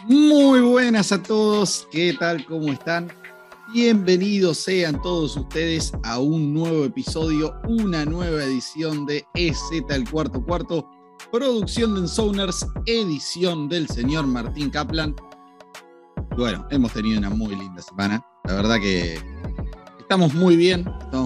Muy buenas a todos, ¿qué tal? ¿Cómo están? Bienvenidos sean todos ustedes a un nuevo episodio, una nueva edición de EZ el Cuarto Cuarto, producción de Ensoners, edición del señor Martín Kaplan. Bueno, hemos tenido una muy linda semana, la verdad que estamos muy bien,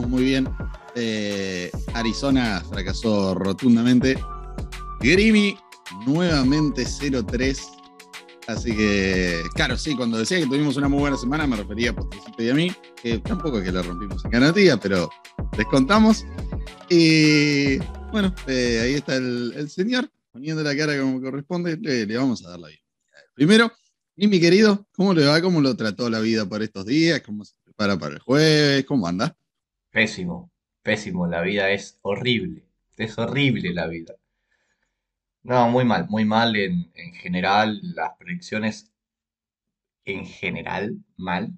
Arizona fracasó rotundamente, Grimy nuevamente 0-3. Así que, claro, sí, cuando decía que tuvimos una muy buena semana me refería a Postrecito y a mí, que tampoco es que le rompimos en garantía, pero les contamos. Y bueno, ahí está el señor, poniendo la cara como corresponde, le vamos a dar la bienvenida. Primero, y mi querido, ¿cómo le va? ¿Cómo lo trató la vida por estos días? ¿Cómo se prepara para el jueves? ¿Cómo anda? Pésimo, pésimo, la vida es horrible la vida. No, muy mal en general, las predicciones en general, mal.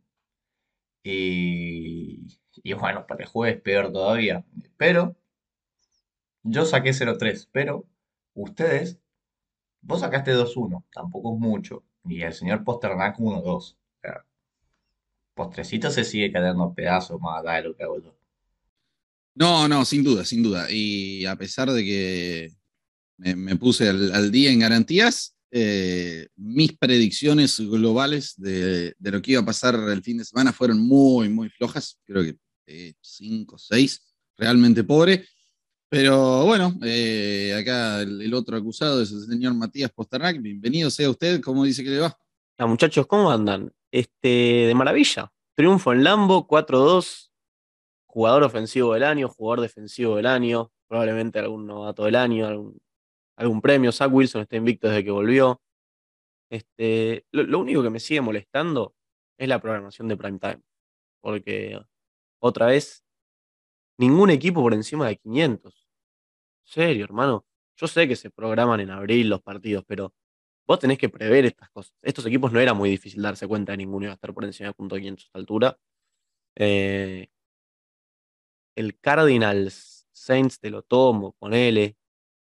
Y bueno, para el jueves peor todavía. Pero yo saqué 0-3, pero ustedes, vos sacaste 2-1, tampoco es mucho. Y el señor Posternak 1-2. O sea, Postrecito se sigue cayendo a pedazos más allá de lo que hago yo. No, no, sin duda, sin duda. Y a pesar de que me puse al día en garantías. Mis predicciones globales de lo que iba a pasar el fin de semana fueron muy, muy flojas. Creo que 5, 6, realmente pobre. Pero bueno, acá el otro acusado es el señor Matías Posternak. Bienvenido sea usted. ¿Cómo dice que le va? Hola muchachos, ¿cómo andan? De maravilla. Triunfo en Lambo, 4-2, jugador ofensivo del año, jugador defensivo del año, probablemente algún novato del año, algún premio. Zach Wilson está invicto desde que volvió. Lo único que me sigue molestando es la programación de prime time, porque otra vez, ningún equipo por encima de 500. En serio, hermano. Yo sé que se programan en abril los partidos, pero vos tenés que prever estas cosas. Estos equipos no era muy difícil darse cuenta de ninguno iba a estar por encima de punto .500 a esta altura. Eh, el Cardinals Saints te lo tomo, ponele.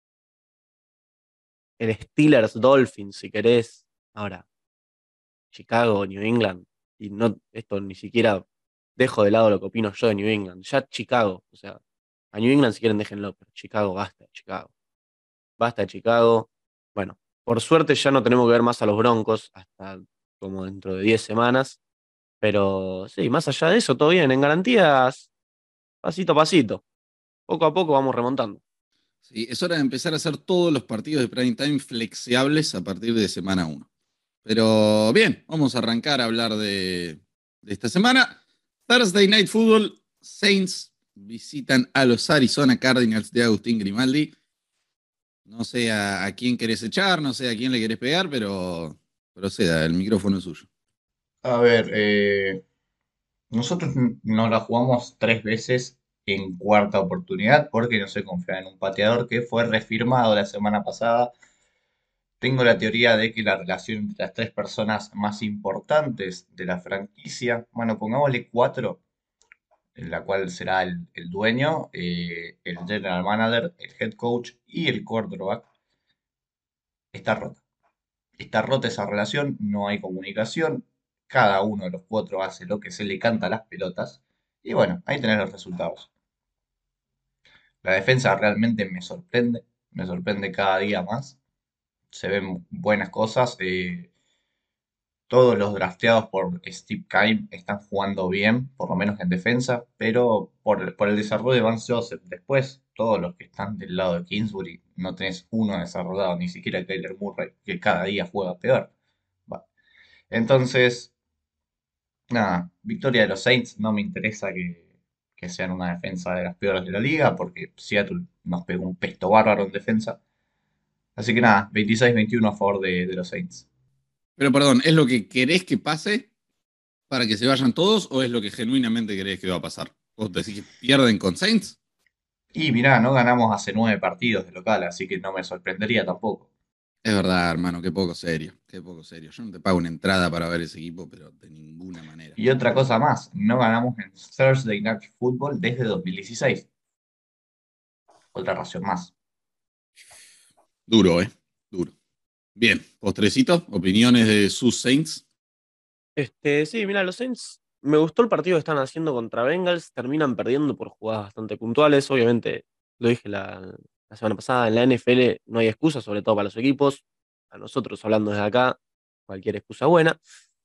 El Steelers Dolphins, si querés. Ahora, Chicago, New England. Y no, esto ni siquiera dejo de lado lo que opino yo de New England. Ya Chicago, o sea, a New England si quieren déjenlo, pero Chicago, basta de Chicago. Basta de Chicago. Bueno, por suerte ya no tenemos que ver más a los Broncos hasta como dentro de 10 semanas. Pero sí, más allá de eso, todo bien. En garantías, pasito a pasito. Poco a poco vamos remontando. Sí, es hora de empezar a hacer todos los partidos de prime time flexibles a partir de semana uno. Pero bien, vamos a arrancar a hablar de esta semana. Thursday Night Football, Saints visitan a los Arizona Cardinals de Agustín Grimaldi. No sé a quién querés echar, no sé a quién le querés pegar, pero proceda, el micrófono es suyo. A ver, nosotros nos la jugamos 3 veces en cuarta oportunidad porque no se confía en un pateador que fue refirmado la semana pasada. Tengo la teoría de que la relación entre las tres personas más importantes de la franquicia, bueno, pongámosle cuatro, en la cual será el dueño, el general manager, el head coach y el quarterback, está rota. Está rota esa relación, no hay comunicación, cada uno de los cuatro hace lo que se le canta a las pelotas, y bueno, ahí tenés los resultados. La defensa realmente me sorprende cada día más, se ven buenas cosas, todos los drafteados por Steve Keim están jugando bien, por lo menos en defensa, pero por el desarrollo de Vance Joseph, después todos los que están del lado de Kingsbury, no tenés uno desarrollado, ni siquiera Kyler Murray, que cada día juega peor. Va. Entonces, nada, victoria de los Saints, no me interesa que sean una defensa de las peores de la liga, porque Seattle nos pegó un pesto bárbaro en defensa. Así que nada, 26-21 a favor de los Saints. Pero perdón, ¿es lo que querés que pase para que se vayan todos o es lo que genuinamente querés que va a pasar? ¿Vos decís que pierden con Saints? Y mirá, no ganamos hace 9 partidos de local, así que no me sorprendería tampoco. Es verdad, hermano, qué poco serio, qué poco serio. Yo no te pago una entrada para ver ese equipo, pero de ninguna manera. Y otra cosa más, no ganamos en Thursday Night Football desde 2016. Otra razón más. Duro, ¿eh? Duro. Bien, postrecito, opiniones de sus Saints. Sí, mira, los Saints, me gustó el partido que están haciendo contra Bengals, terminan perdiendo por jugadas bastante puntuales, obviamente, lo dije la semana pasada, en la NFL no hay excusa, sobre todo para los equipos, a nosotros hablando desde acá, cualquier excusa buena.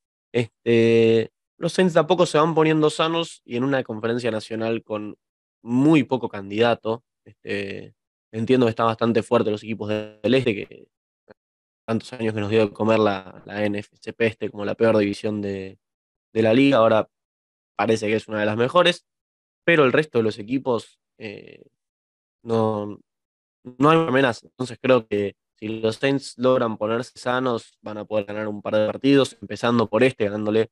Los Saints de a poco se van poniendo sanos y en una conferencia nacional con muy poco candidato, entiendo que están bastante fuertes los equipos del este, que tantos años que nos dio de comer la NFC peste como la peor división de la liga, ahora parece que es una de las mejores, pero el resto de los equipos no, no hay amenaza. Entonces creo que si los Saints logran ponerse sanos, van a poder ganar un par de partidos, empezando por ganándole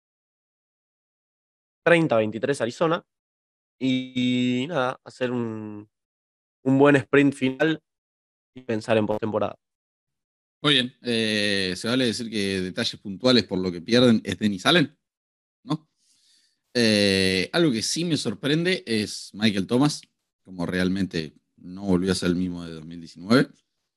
30-23 a Arizona, y nada, hacer un buen sprint final y pensar en postemporada. Muy bien, se vale decir que detalles puntuales por lo que pierden es Dennis Allen, ¿no? Algo que sí me sorprende es Michael Thomas, como realmente no volvió a ser el mismo de 2019.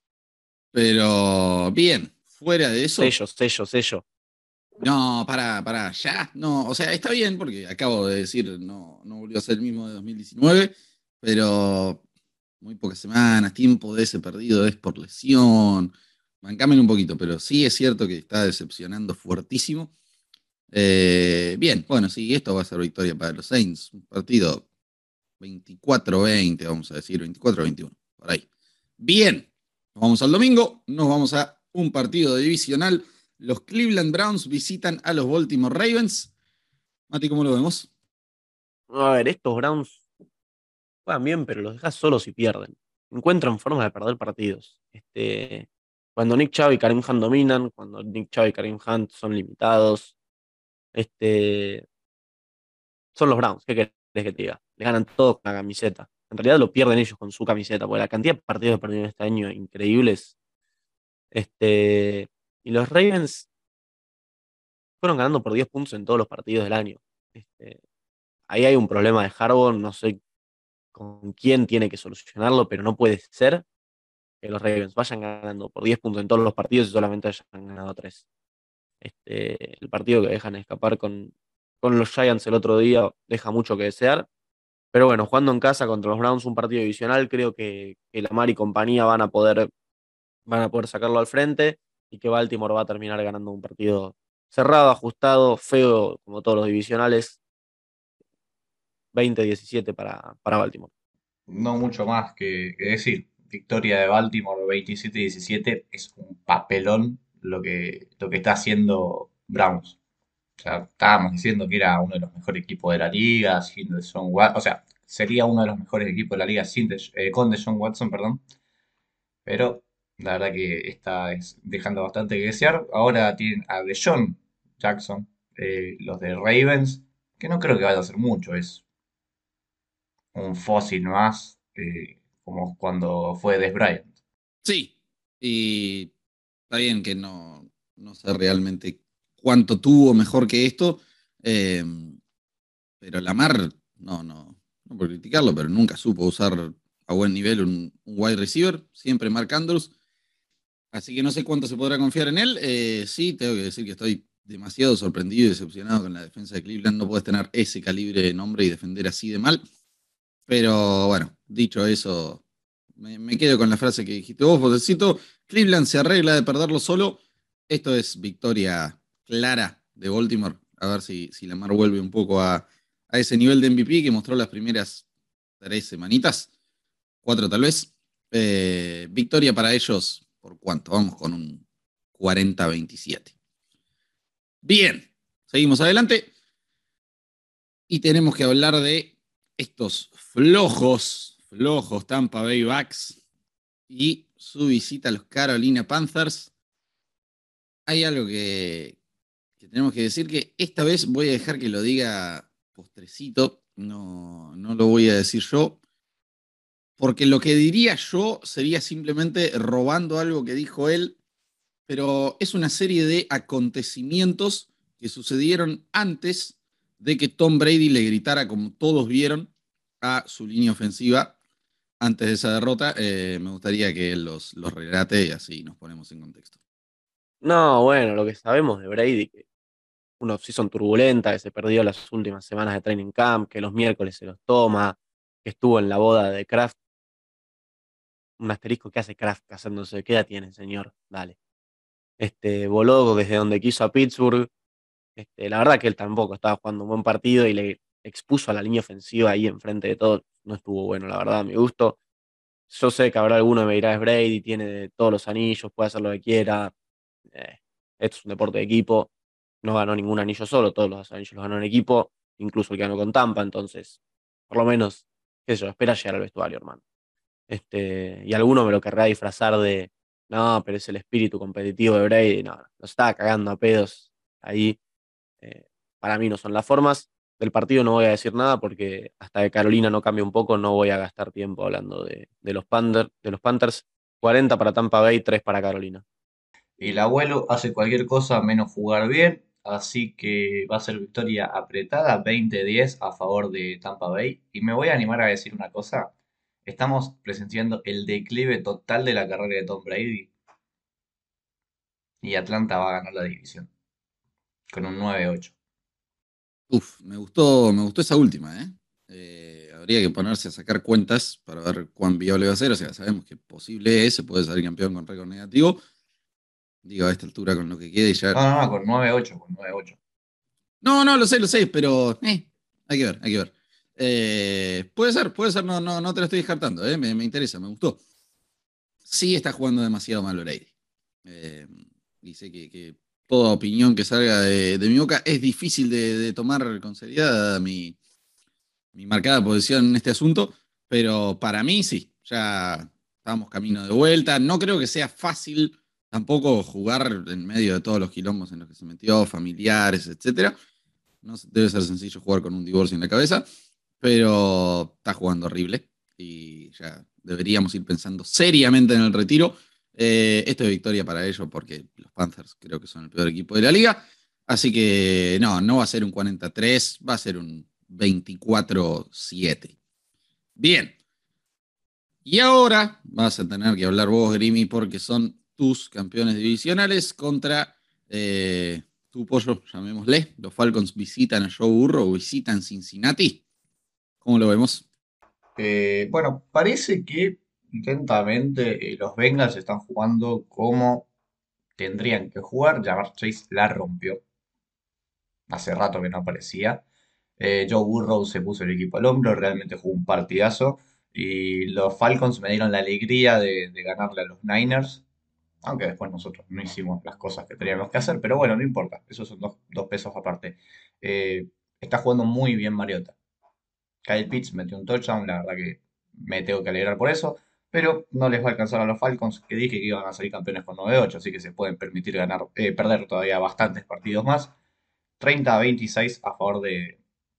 Pero bien, fuera de eso, Sello. no, ya, no, o sea, está bien porque acabo de decir, no volvió a ser el mismo de 2019, pero muy pocas semanas, tiempo de ese perdido es por lesión, bancámelo un poquito, pero sí es cierto que está decepcionando fuertísimo. Bien, bueno, sí, esto va a ser victoria para los Saints, un partido 24-20, vamos a decir, 24-21, por ahí. Bien, nos vamos al domingo, nos vamos a un partido divisional. Los Cleveland Browns visitan a los Baltimore Ravens. Mati, ¿cómo lo vemos? A ver, estos Browns juegan bien, pero los dejas solos y pierden. Encuentran formas de perder partidos. Cuando Nick Chubb y Kareem Hunt dominan, cuando Nick Chubb y Kareem Hunt son limitados, este, son los Browns. ¿Qué querés que te diga? Le ganan todo con la camiseta. En realidad lo pierden ellos con su camiseta, porque la cantidad de partidos que perdieron este año increíbles. Y los Ravens fueron ganando por 10 puntos en todos los partidos del año. Este, Ahí hay un problema de Harbaugh, no sé con quién tiene que solucionarlo, pero no puede ser que los Ravens vayan ganando por 10 puntos en todos los partidos y solamente hayan ganado 3. El partido que dejan escapar con los Giants el otro día deja mucho que desear. Pero bueno, jugando en casa contra los Browns, un partido divisional, creo que Lamar y compañía van a poder sacarlo al frente y que Baltimore va a terminar ganando un partido cerrado, ajustado, feo, como todos los divisionales, 20-17 para Baltimore. No mucho más que decir. Victoria de Baltimore 27-17 es un papelón lo que está haciendo Browns. O sea, estábamos diciendo que era uno de los mejores equipos de la liga, sin Deshaun Watson, o sea, sería uno de los mejores equipos de la liga con Deshaun Watson, perdón, pero la verdad que está dejando bastante que desear. Ahora tienen a DeSean Jackson, los de Ravens, que no creo que vaya a hacer mucho, es un fósil más, como cuando fue Dez Bryant. Sí, y está bien que no sé realmente cuánto tuvo mejor que esto, eh, pero Lamar, no por criticarlo, pero nunca supo usar a buen nivel un wide receiver, siempre Mark Andrews. Así que no sé cuánto se podrá confiar en él. Sí, tengo que decir que estoy demasiado sorprendido y decepcionado con la defensa de Cleveland. No puedes tener ese calibre de nombre y defender así de mal. Pero bueno, dicho eso, me quedo con la frase que dijiste vos, Botecito. Cleveland se arregla de perderlo solo. Esto es victoria clara de Baltimore. A ver si Lamar vuelve un poco a ese nivel de MVP que mostró las primeras 3 semanitas, 4 tal vez. Victoria para ellos, ¿por cuánto? Vamos con un 40-27. Bien, seguimos adelante y tenemos que hablar de estos flojos Tampa Bay Bucks y su visita a los Carolina Panthers. Hay algo que tenemos que decir que esta vez voy a dejar que lo diga Postrecito, no lo voy a decir yo, porque lo que diría yo sería simplemente robando algo que dijo él, pero es una serie de acontecimientos que sucedieron antes de que Tom Brady le gritara, como todos vieron, a su línea ofensiva antes de esa derrota. Me gustaría que él los relate y así nos ponemos en contexto. No, bueno, lo que sabemos de Brady, que una offseason turbulenta, que se perdió las últimas semanas de training camp, que los miércoles se los toma, que estuvo en la boda de Kraft, un asterisco que hace Kraft casándose. ¿Qué edad tiene, señor? Dale. Voló desde donde quiso a Pittsburgh. La verdad que él tampoco estaba jugando un buen partido y le expuso a la línea ofensiva ahí enfrente de todo. No estuvo bueno, la verdad, a mi gusto. Yo sé que habrá alguno que me dirá es Brady, tiene todos los anillos, puede hacer lo que quiera. Eh, Esto es un deporte de equipo. No ganó ningún anillo solo, todos los anillos los ganó en equipo, incluso el que ganó con Tampa, entonces, por lo menos, qué sé yo, espera llegar al vestuario, hermano. Y alguno me lo querrá disfrazar de, no, pero es el espíritu competitivo de Brady. No, no, lo estaba cagando a pedos ahí. Eh, para mí no son las formas. Del partido no voy a decir nada porque hasta que Carolina no cambie un poco no voy a gastar tiempo hablando de los Panthers. 40 para Tampa Bay, 3 para Carolina. El abuelo hace cualquier cosa menos jugar bien, así que va a ser victoria apretada, 20-10 a favor de Tampa Bay. Y me voy a animar a decir una cosa. Estamos presenciando el declive total de la carrera de Tom Brady y Atlanta va a ganar la división con un 9-8. Uf, me gustó esa última, ¿eh? Habría que ponerse a sacar cuentas para ver cuán viable va a ser. O sea, sabemos que posible es, se puede salir campeón con récord negativo. Digo, a esta altura con lo que quede y No, ya. no, no, con 9-8, con 9-8. No, no, lo sé, pero hay que ver, hay que ver. Puede ser, no, no, no te lo estoy descartando, me interesa, me gustó. Sí está jugando demasiado mal Brady. Eh, y sé que toda opinión que salga de mi boca es difícil de tomar con seriedad, dada mi marcada posición en este asunto, pero para mí sí, ya estamos camino de vuelta. No creo que sea fácil tampoco jugar en medio de todos los quilombos en los que se metió, familiares, etcétera. No debe ser sencillo jugar con un divorcio en la cabeza, pero está jugando horrible y ya deberíamos ir pensando seriamente en el retiro. Esto es victoria para ellos porque los Panthers creo que son el peor equipo de la liga. Así que no, no va a ser un 43, va a ser un 24-7. Bien, y ahora vas a tener que hablar vos, Grimi, porque son tus campeones divisionales contra tu pollo, llamémosle. Los Falcons visitan a Joe Burrow, visitan Cincinnati. ¿Cómo lo vemos? Bueno, parece que lentamente los Bengals están jugando como tendrían que jugar. Jamar Chase la rompió. Hace rato que no aparecía. Joe Burrow se puso el equipo al hombro, realmente jugó un partidazo. Y los Falcons me dieron la alegría de ganarle a los Niners, aunque después nosotros no hicimos las cosas que teníamos que hacer, pero bueno, no importa, esos son dos pesos aparte. Eh, Está jugando muy bien Mariota. Kyle Pitts metió un touchdown, la verdad que me tengo que alegrar por eso, pero no les va a alcanzar a los Falcons, que dije que iban a salir campeones con 9-8, así que se pueden permitir perder todavía bastantes partidos más. 30-26 a favor de,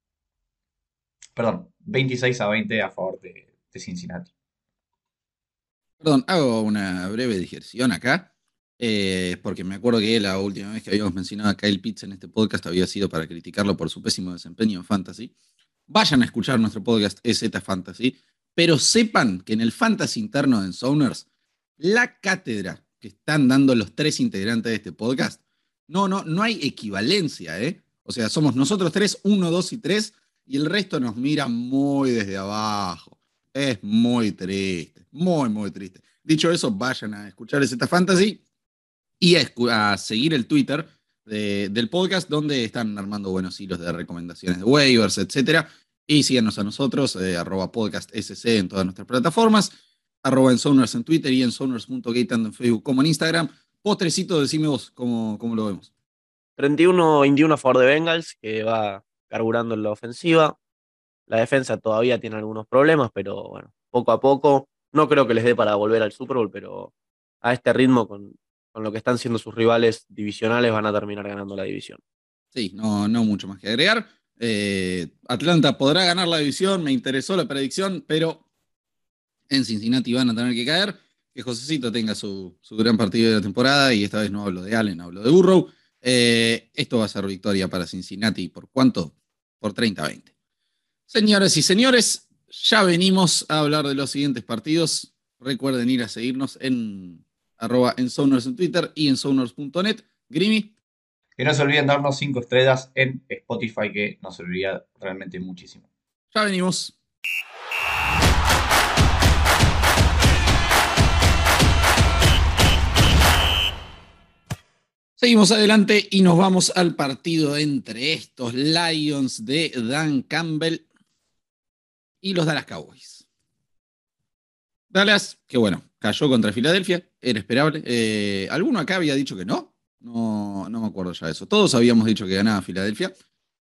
perdón, 26-20 a favor de Cincinnati. Perdón, hago una breve digresión acá, porque me acuerdo que la última vez que habíamos mencionado a Kyle Pitts en este podcast había sido para criticarlo por su pésimo desempeño en Fantasy. Vayan a escuchar nuestro podcast EZ Fantasy, pero sepan que en el Fantasy interno de Ensoners, la cátedra que están dando los tres integrantes de este podcast, no hay equivalencia, ¿eh? O sea, somos nosotros tres, uno, dos y tres, y el resto nos mira muy desde abajo. Es muy triste, muy, muy triste. Dicho eso, vayan a escuchar EZ Fantasy y a seguir el Twitter del podcast, donde están armando buenos hilos de recomendaciones de waivers, etcétera. Y síganos a nosotros, @podcastsc en todas nuestras plataformas, @ensoners en Twitter y ensoners.gay tanto en Facebook como en Instagram. Postrecito, decime vos cómo lo vemos. 31-21 a favor de Bengals, que va carburando en la ofensiva. La defensa todavía tiene algunos problemas, pero bueno, poco a poco. No creo que les dé para volver al Super Bowl, pero a este ritmo, con lo que están siendo sus rivales divisionales, van a terminar ganando la división. Sí, no mucho más que agregar. Atlanta podrá ganar la división, me interesó la predicción, pero en Cincinnati van a tener que caer. Que Josecito tenga su gran partido de la temporada y esta vez no hablo de Allen, hablo de Burrow. Esto va a ser victoria para Cincinnati. ¿Por cuánto? Por 30-20. Señoras y señores, ya venimos a hablar de los siguientes partidos. Recuerden ir a seguirnos en @ensoners en Twitter y ensoners.net. Grimy, Que no se olviden darnos 5 estrellas en Spotify, que nos serviría realmente muchísimo. ya venimos. Seguimos adelante y nos vamos al partido entre estos Lions de Dan Campbell y los Dallas Cowboys. Dallas, que bueno, cayó contra Filadelfia, era esperable. ¿Alguno acá había dicho que no? No me acuerdo ya de eso. Todos habíamos dicho que ganaba Filadelfia.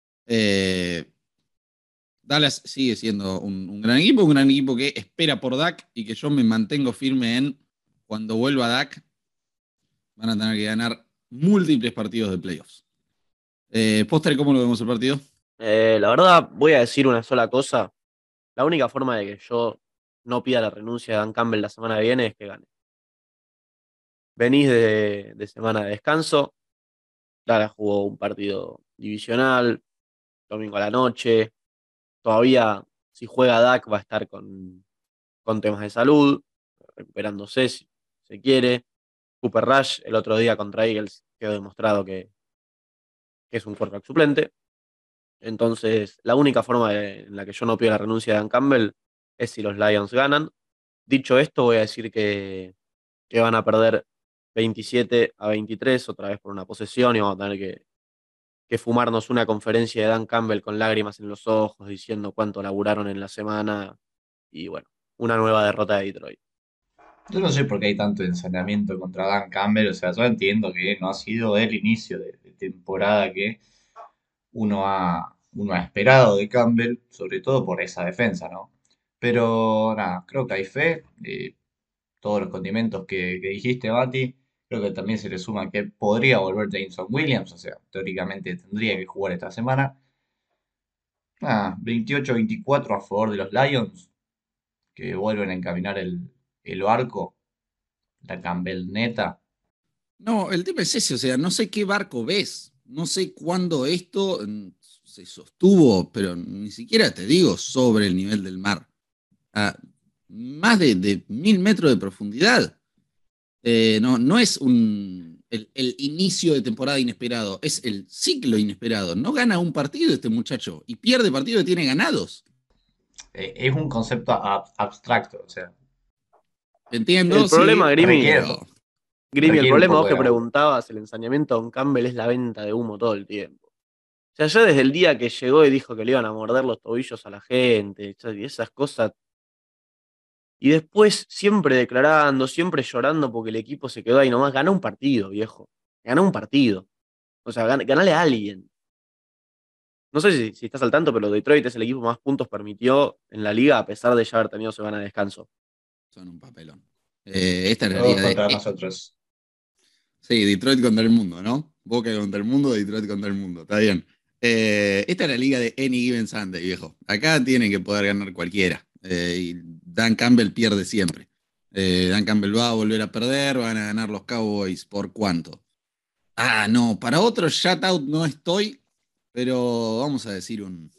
Dallas sigue siendo un gran equipo que espera por Dak y que yo me mantengo firme en cuando vuelva Dak van a tener que ganar múltiples partidos de playoffs. Póster, ¿cómo lo vemos el partido? La verdad, voy a decir una sola cosa. La única forma de que yo no pida la renuncia de Dan Campbell la semana que viene es que gane. Venís de semana de descanso. Dallas jugó un partido divisional, domingo a la noche. Todavía, si juega Dak, va a estar con temas de salud, recuperándose si se quiere. Cooper Rush, el otro día contra Eagles, quedó demostrado que es un quarterback suplente. Entonces, la única forma en la que yo no pido la renuncia de Dan Campbell es si los Lions ganan. Dicho esto, voy a decir que van a perder 27-23, otra vez por una posesión, y vamos a tener que fumarnos una conferencia de Dan Campbell con lágrimas en los ojos, diciendo cuánto laburaron en la semana. Y bueno, una nueva derrota de Detroit. Yo no sé por qué hay tanto ensañamiento contra Dan Campbell. O sea, yo entiendo que no ha sido el inicio de temporada que uno ha esperado de Campbell, sobre todo por esa defensa, ¿no? Pero nada, creo que hay fe. Todos los condimentos que dijiste, Mati. Creo que también se le suma que podría volver Jameson Williams, o sea, teóricamente tendría que jugar esta semana. 28-24 a favor de los Lions, que vuelven a encaminar el barco, la Campbell neta. No, el tema es ese, o sea, no sé qué barco ves, no sé cuándo esto se sostuvo, pero ni siquiera te digo sobre el nivel del mar, a más de 1000 metros de profundidad. No es el inicio de temporada inesperado, es el ciclo inesperado. No gana un partido este muchacho y pierde partidos que tiene ganados. Es un concepto abstracto, o sea, Entiendo, El problema, sí, Grimy, requiere, pero El requiere un problema poco vos de que laburo. preguntabas, el ensañamiento de Don Campbell es la venta de humo todo el tiempo. O sea, ya desde el día que llegó y dijo que le iban a morder los tobillos a la gente, y esas cosas. Y después siempre declarando, siempre llorando porque el equipo se quedó ahí nomás. Ganó un partido, viejo. Ganó un partido. O sea, ganale a alguien. No sé si estás al tanto, pero Detroit es el equipo que más puntos permitió en la liga a pesar de ya haber tenido semana de descanso. son un papelón. Esta es la Todos liga de... contra nosotros. Sí, Detroit contra el mundo, ¿no? Boca contra el mundo, Detroit contra el mundo. Está bien. Esta es la liga de Any Given Sunday, viejo. Acá tienen que poder ganar cualquiera. Y Dan Campbell pierde siempre. Dan Campbell va a volver a perder, van a ganar los Cowboys. ¿Por cuánto? No, para otro shutout no estoy, pero vamos a decir un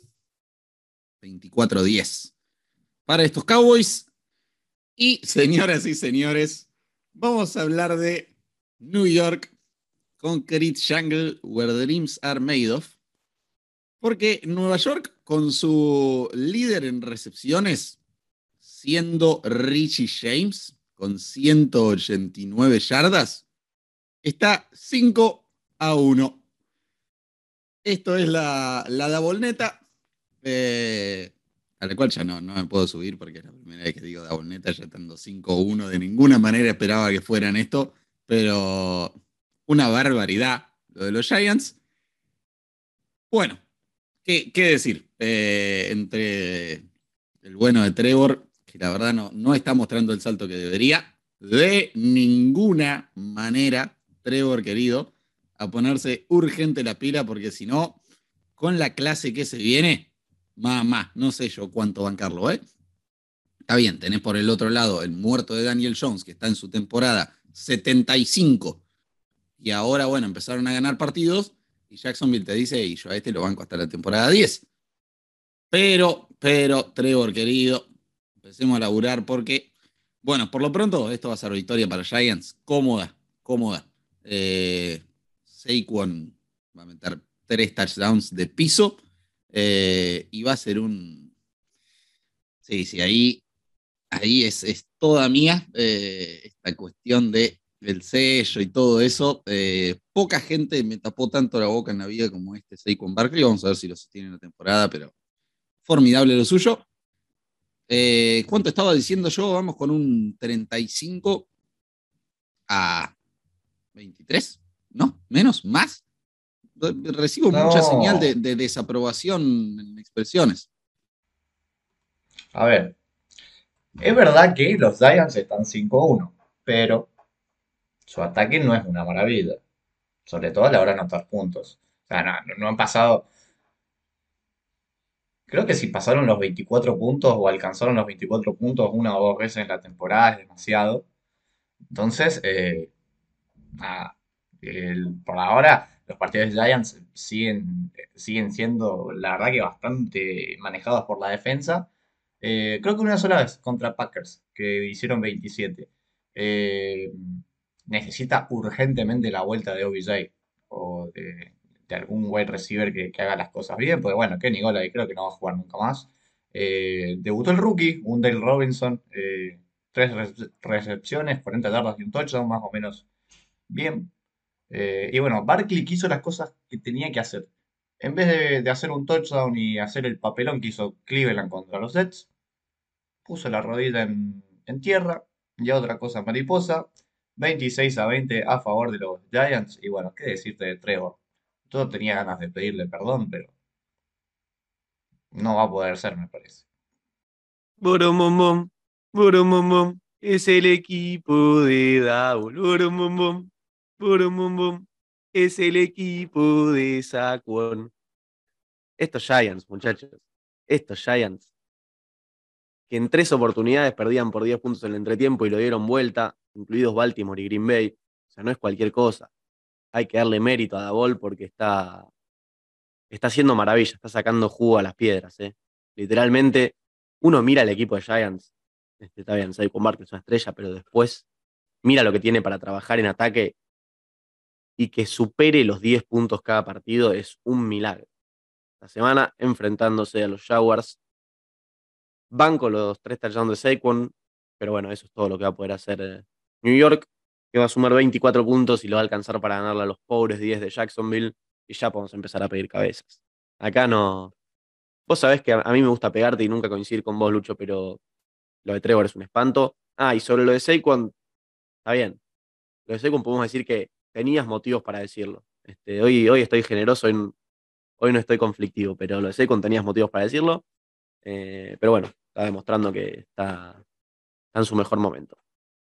24-10 para estos Cowboys. Y señoras y señores, vamos a hablar de New York Concrete Jungle, Where Dreams Are Made Of. Porque Nueva York, con su líder en recepciones, siendo Richie James, con 189 yardas, está 5-1. Esto es la Dabolneta, a la cual ya no me puedo subir porque es la primera vez que digo Dabolneta, ya estando 5-1. De ninguna manera esperaba que fueran esto, pero una barbaridad lo de los Giants. Bueno, ¿qué decir? Entre el bueno de Trevor, que la verdad no está mostrando el salto que debería, de ninguna manera, Trevor querido, a ponerse urgente la pila, porque si no, con la clase que se viene, mamá, no sé yo cuánto bancarlo, ¿eh? Está bien, tenés por el otro lado el muerto de Daniel Jones, que está en su temporada 75, y ahora, bueno, empezaron a ganar partidos, y Jacksonville te dice, y yo a este lo banco hasta la temporada 10. Pero, Trevor, querido, empecemos a laburar porque Bueno, por lo pronto, esto va a ser victoria para Giants. Cómoda, cómoda. Saquon va a meter 3 touchdowns de piso. Y va a ser un. Sí, sí, ahí es toda mía. Esta cuestión de el sello y todo eso. Poca gente me tapó tanto la boca en la vida como este Saquon Barkley. Vamos a ver si lo sostiene en la temporada, pero formidable lo suyo. ¿Cuánto estaba diciendo yo? Vamos con un 35-23, ¿no? ¿Menos? ¿Más? Recibo mucha señal No, de desaprobación en expresiones. a ver, es verdad que los Giants están 5-1, pero su ataque no es una maravilla, sobre todo a la hora de anotar puntos. O sea, no han pasado, creo que si pasaron los 24 puntos o alcanzaron los 24 puntos una o dos veces en la temporada es demasiado. Entonces, nada, por ahora los partidos de Giants siguen siendo, la verdad que bastante manejados por la defensa. Creo que una sola vez contra Packers, que hicieron 27. Eh, Necesita urgentemente la vuelta de OBJ o de algún wide receiver que haga las cosas bien, porque bueno, Kenny Golladay creo que no va a jugar nunca más. Debutó el rookie, un Dale Robinson, tres recepciones, 40 yardas y un touchdown, más o menos bien. Y bueno, Barkley quiso las cosas que tenía que hacer. En vez de hacer un touchdown y hacer el papelón que hizo Cleveland contra los Jets, puso la rodilla en tierra y a otra cosa mariposa. 26-20 a favor de los Giants. Y bueno, qué decirte de Trevor. Todo tenía ganas de pedirle perdón, pero no va a poder ser, me parece. Boromomom, boromomom, es el equipo de Daul. Boromomom, boromomom, es el equipo de Saquon. Estos Giants, muchachos. Estos Giants, que en 3 oportunidades perdían por 10 puntos en el entretiempo y lo dieron vuelta, incluidos Baltimore y Green Bay. O sea, no es cualquier cosa. Hay que darle mérito a Dabol porque está haciendo maravilla, está sacando jugo a las piedras, ¿eh? Literalmente, uno mira al equipo de Giants, está bien, Saquon Barkley es una estrella, pero después mira lo que tiene para trabajar en ataque y que supere los 10 puntos cada partido es un milagro. La semana enfrentándose a los Jaguars, van con los 3 touchdowns de Saquon, pero bueno, eso es todo lo que va a poder hacer New York, que va a sumar 24 puntos y lo va a alcanzar para ganarle a los pobres 10 de Jacksonville y ya podemos empezar a pedir cabezas. Acá no. Vos sabés que a mí me gusta pegarte y nunca coincidir con vos, Lucho, pero lo de Trevor es un espanto. Ah, y sobre lo de Saquon, está bien. Lo de Saquon podemos decir que tenías motivos para decirlo. Hoy estoy generoso, hoy no estoy conflictivo, pero lo de Saquon tenías motivos para decirlo. Pero bueno, está demostrando que está en su mejor momento.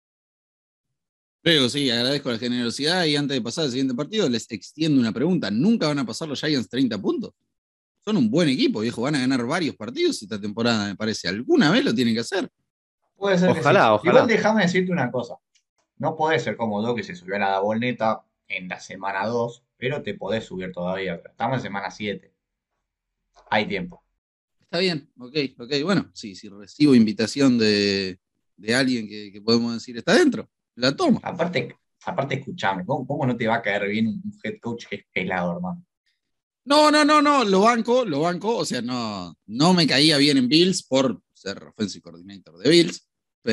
Luego, sí, agradezco la generosidad y antes de pasar al siguiente partido, les extiendo una pregunta. ¿Nunca van a pasar los Giants 30 puntos? Son un buen equipo, viejo. Van a ganar varios partidos esta temporada, me parece. Alguna vez lo tienen que hacer. Puede ser que sí. Ojalá, Igual ojalá. déjame decirte una cosa. No podés ser como yo que se subió a la boleta en la semana 2, pero te podés subir todavía. Estamos en semana 7. Hay tiempo. Está bien, ok, ok. Bueno, sí, si recibo invitación de alguien que podemos decir está dentro, la tomo. Aparte, escuchame, ¿cómo no te va a caer bien un head coach que es pelado, hermano? No, no, no, no, lo banco, lo banco. O sea, no me caía bien en Bills por ser offensive coordinator de Bills,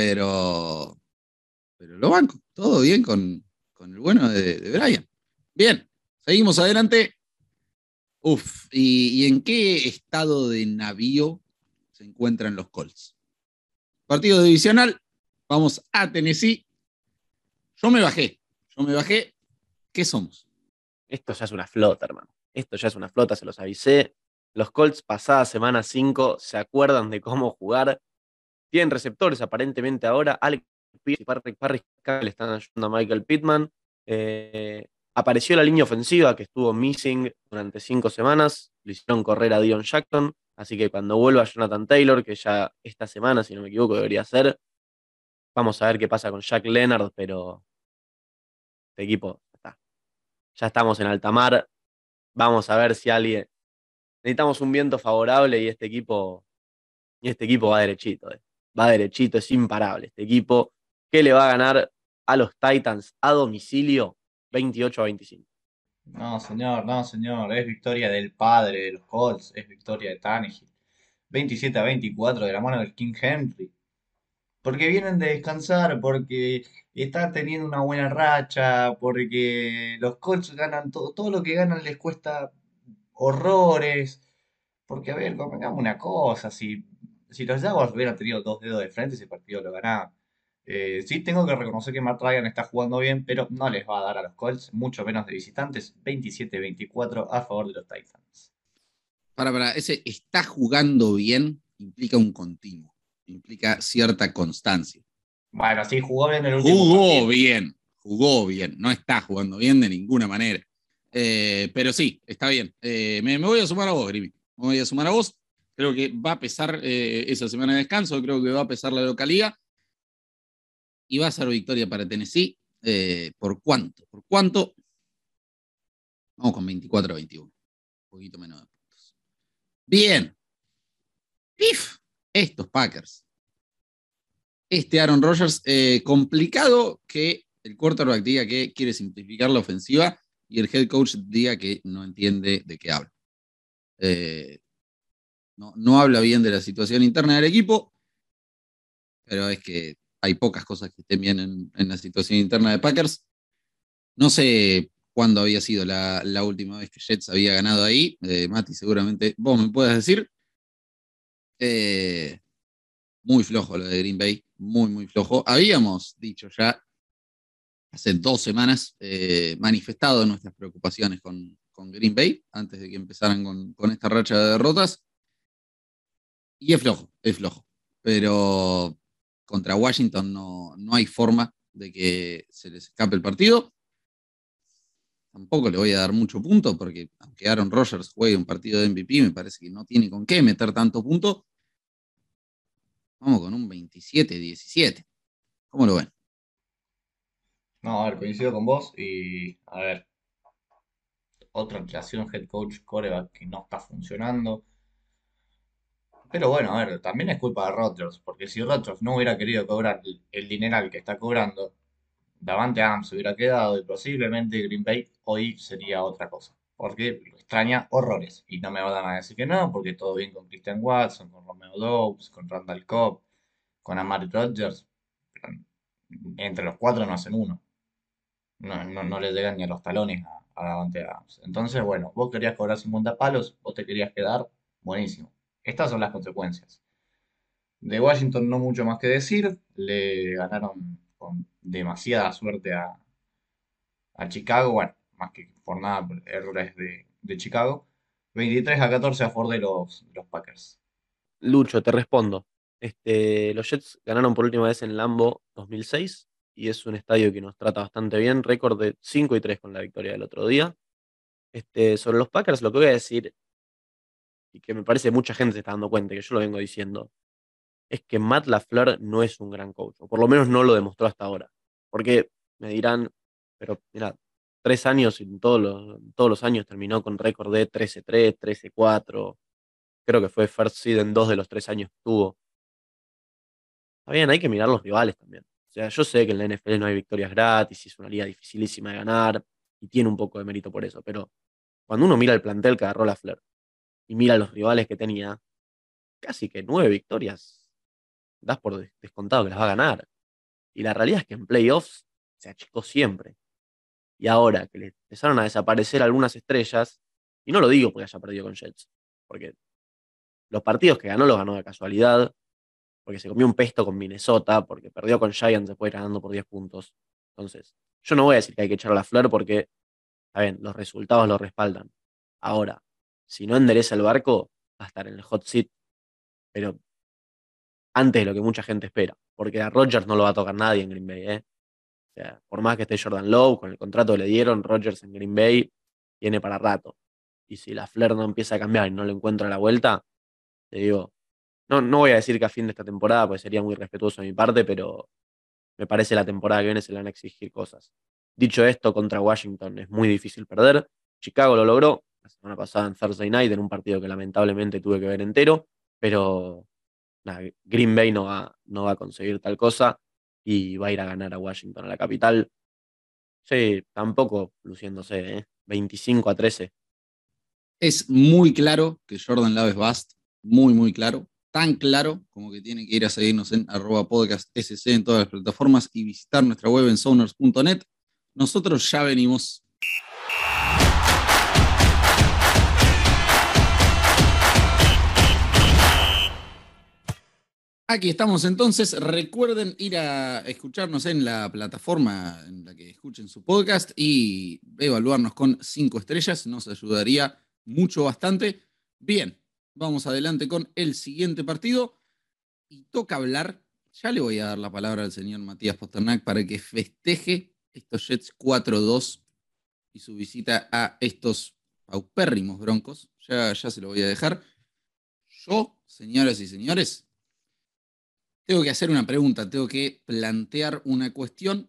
pero lo banco. Todo bien con el bueno de Brian. Bien, seguimos adelante. Uf, ¿y en qué estado de navío se encuentran los Colts? Partido divisional, vamos a Tennessee. Yo me bajé, yo me bajé. ¿Qué somos? Esto ya es una flota, hermano. Esto ya es una flota, se los avisé. Los Colts pasada semana 5 se acuerdan de cómo jugar. Tienen receptores aparentemente ahora. Alex Pierce y Parris Campbell están ayudando a Michael Pittman. Apareció la línea ofensiva que estuvo missing durante 5 semanas. Le hicieron correr a Dion Jackson. Así que cuando vuelva Jonathan Taylor, que ya esta semana, si no me equivoco, debería ser, vamos a ver qué pasa con Jack Leonard, pero este equipo está. Ya estamos en alta mar. Vamos a ver si alguien. Necesitamos un viento favorable y este equipo va derechito. va derechito, es imparable este equipo, que le va a ganar a los Titans a domicilio 28-25. No, señor, no, señor. Es victoria del padre de los Colts. Es victoria de Tannehill. 27-24 de la mano del King Henry. Porque vienen de descansar, porque están teniendo una buena racha, porque los Colts ganan todo, todo lo que ganan les cuesta horrores. Porque, a ver, convengamos una cosa, si los Jaguars hubieran tenido dos dedos de frente, ese partido lo ganaban. Sí, tengo que reconocer que Matt Ryan está jugando bien, pero no les va a dar a los Colts, mucho menos de visitantes. 27-24 a favor de los Titans. Ese está jugando bien implica un continuo, implica cierta constancia. Bueno, sí, jugó bien el último partido. Jugó bien, no está jugando bien de ninguna manera. Pero sí, está bien. Me voy a sumar a vos, Grimi. Me voy a sumar a vos. Creo que va a pesar esa semana de descanso, creo que va a pesar la localidad y va a ser victoria para Tennessee. ¿Por cuánto? ¿Por cuánto? Vamos con 24-21. Un poquito menos de puntos. Bien. ¡Pif! Estos Packers. Este Aaron Rodgers, complicado que el quarterback diga que quiere simplificar la ofensiva y el head coach diga que no entiende de qué habla. No habla bien de la situación interna del equipo, pero es que hay pocas cosas que estén bien en la situación interna de Packers. No sé cuándo había sido la última vez que Jets había ganado ahí. Mati, seguramente vos me puedes decir. Muy flojo lo de Green Bay, muy, muy flojo. Habíamos dicho ya hace 2 semanas manifestado nuestras preocupaciones con Green Bay antes de que empezaran con esta racha de derrotas. Y es flojo. Pero contra Washington no hay forma de que se les escape el partido. Tampoco le voy a dar mucho punto porque aunque Aaron Rodgers juegue un partido de MVP, me parece que no tiene con qué meter tanto punto. Vamos con un 27-17. ¿Cómo lo ven? No, a ver, coincido con vos y, a ver, otra relación head coach coreback que no está funcionando. Pero bueno, a ver, también es culpa de Rodgers, porque si Rodgers no hubiera querido cobrar el dineral que está cobrando, Davante Adams se hubiera quedado y posiblemente Green Bay hoy sería otra cosa. Porque lo extraña horrores. Y no me van a decir que no, porque todo bien con Christian Watson, con Romeo Doubs, con Randall Cobb, con Amari Rodgers. Pero entre los cuatro no hacen uno. No le llegan ni a los talones a Davante Adams. Entonces, bueno, vos querías cobrar 50 palos, vos te querías quedar, buenísimo. Estas son las consecuencias. De Washington no mucho más que decir, le ganaron con demasiada suerte a Chicago, bueno, más que por nada por errores de Chicago. 23-14 a favor de los Packers. Lucho, te respondo. Los Jets ganaron por última vez en Lambeau 2006 y es un estadio que nos trata bastante bien, récord de 5-3 con la victoria del otro día. Sobre los Packers, lo que voy a decir, y que me parece que mucha gente se está dando cuenta, que yo lo vengo diciendo, es que Matt LaFleur no es un gran coach, o por lo menos no lo demostró hasta ahora. Porque me dirán, pero mira, 3 años y todos los años terminó con récord de 13-3, 13-4. Creo que fue first seed en 2 de los 3 años que tuvo. Está bien, hay que mirar los rivales también. O sea, yo sé que en la NFL no hay victorias gratis y es una liga dificilísima de ganar y tiene un poco de mérito por eso, pero cuando uno mira el plantel que agarró LaFleur y mira los rivales que tenía, casi que 9 victorias das por descontado que las va a ganar. Y la realidad es que en playoffs se achicó siempre. Y ahora que le empezaron a desaparecer algunas estrellas, y no lo digo porque haya perdido con Jets, porque los partidos que ganó los ganó de casualidad, porque se comió un pesto con Minnesota, porque perdió con Giants después ganando por 10 puntos. Entonces, yo no voy a decir que hay que echar a la flor porque, está bien, los resultados lo respaldan. Ahora, si no endereza el barco, va a estar en el hot seat, pero antes de lo que mucha gente espera, porque a Rodgers no lo va a tocar nadie en Green Bay, ¿eh? O sea, por más que esté Jordan Lowe, con el contrato que le dieron, Rodgers en Green Bay tiene para rato. Y si la Flair no empieza a cambiar y no le encuentra la vuelta, te digo, no voy a decir que a fin de esta temporada, pues sería muy respetuoso de mi parte, pero me parece la temporada que viene se le van a exigir cosas. Dicho esto, contra Washington es muy difícil perder. Chicago lo logró la semana pasada en Thursday Night, en un partido que lamentablemente tuve que ver entero, pero Nah, Green Bay no va a conseguir tal cosa y va a ir a ganar a Washington, a la capital. Sí, tampoco luciéndose, ¿eh? 25-13. Es muy claro que Jordan Love es bust, muy, muy claro. Tan claro como que tienen que ir a seguirnos en @podcastsc en todas las plataformas y visitar nuestra web en Sounders.net. Nosotros ya venimos. Aquí estamos entonces. Recuerden ir a escucharnos en la plataforma en la que escuchen su podcast y evaluarnos con 5 estrellas. Nos ayudaría mucho, bastante. Bien, vamos adelante con el siguiente partido. Y toca hablar. Ya le voy a dar la palabra al señor Matías Pasternak para que festeje estos Jets 4-2 y su visita a estos paupérrimos Broncos. Ya se lo voy a dejar. Yo, señoras y señores, tengo que hacer una pregunta, tengo que plantear una cuestión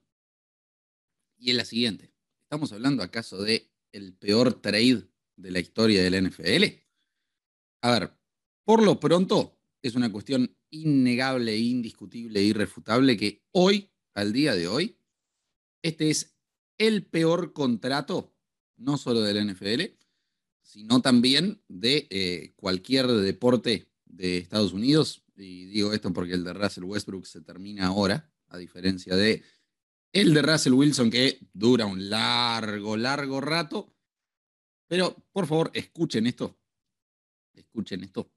y es la siguiente. ¿Estamos hablando acaso de el peor trade de la historia de la NFL? A ver, por lo pronto es una cuestión innegable, indiscutible e irrefutable que hoy, al día de hoy, este es el peor contrato, no solo de la NFL, sino también de cualquier deporte de Estados Unidos. Y digo esto porque el de Russell Westbrook se termina ahora, a diferencia de el de Russell Wilson, que dura un largo, largo rato. Pero, por favor, escuchen esto. Escuchen esto.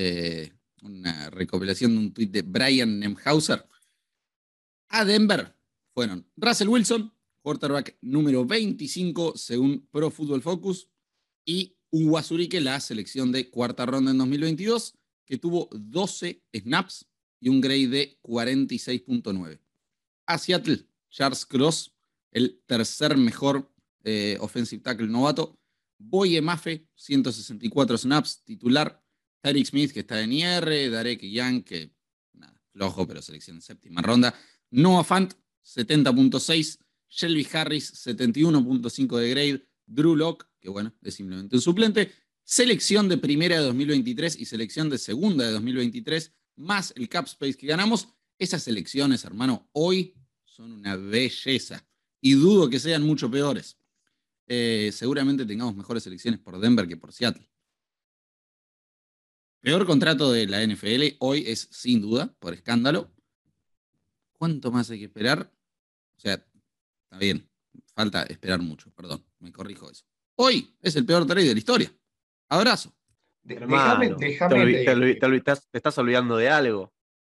Una recopilación de un tuit de Brian Nemhauser. A Denver fueron Russell Wilson, quarterback número 25 según Pro Football Focus, y Uwazurike, la selección de cuarta ronda en 2022, que tuvo 12 snaps y un grade de 46.9. A Seattle, Charles Cross, el tercer mejor offensive tackle novato. Boye Mafe, 164 snaps, titular. Tyreek Smith, que está en IR. Darek Young, que nada, flojo, pero selección en séptima ronda. Noah Fant, 70.6. Shelby Harris, 71.5 de grade. Drew Lock, que bueno, es simplemente un suplente. Selección de primera de 2023 y selección de segunda de 2023, más el cap space que ganamos. Esas elecciones, hermano, hoy son una belleza y dudo que sean mucho peores. Seguramente tengamos mejores elecciones por Denver que por Seattle. Peor contrato de la NFL hoy es sin duda, por escándalo. ¿Cuánto más hay que esperar? O sea, está bien, falta esperar mucho, perdón, me corrijo eso. Hoy es el peor trade de la historia. Abrazo. Déjame, Hermano, te estás olvidando de algo.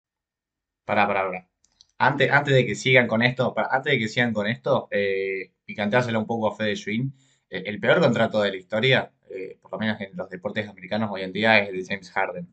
Pará. Antes de que sigan con esto, antes de que sigan con esto, picanteársela un poco a Fede Schwinn. El peor contrato de la historia, por lo menos en los deportes americanos hoy en día, es el de James Harden.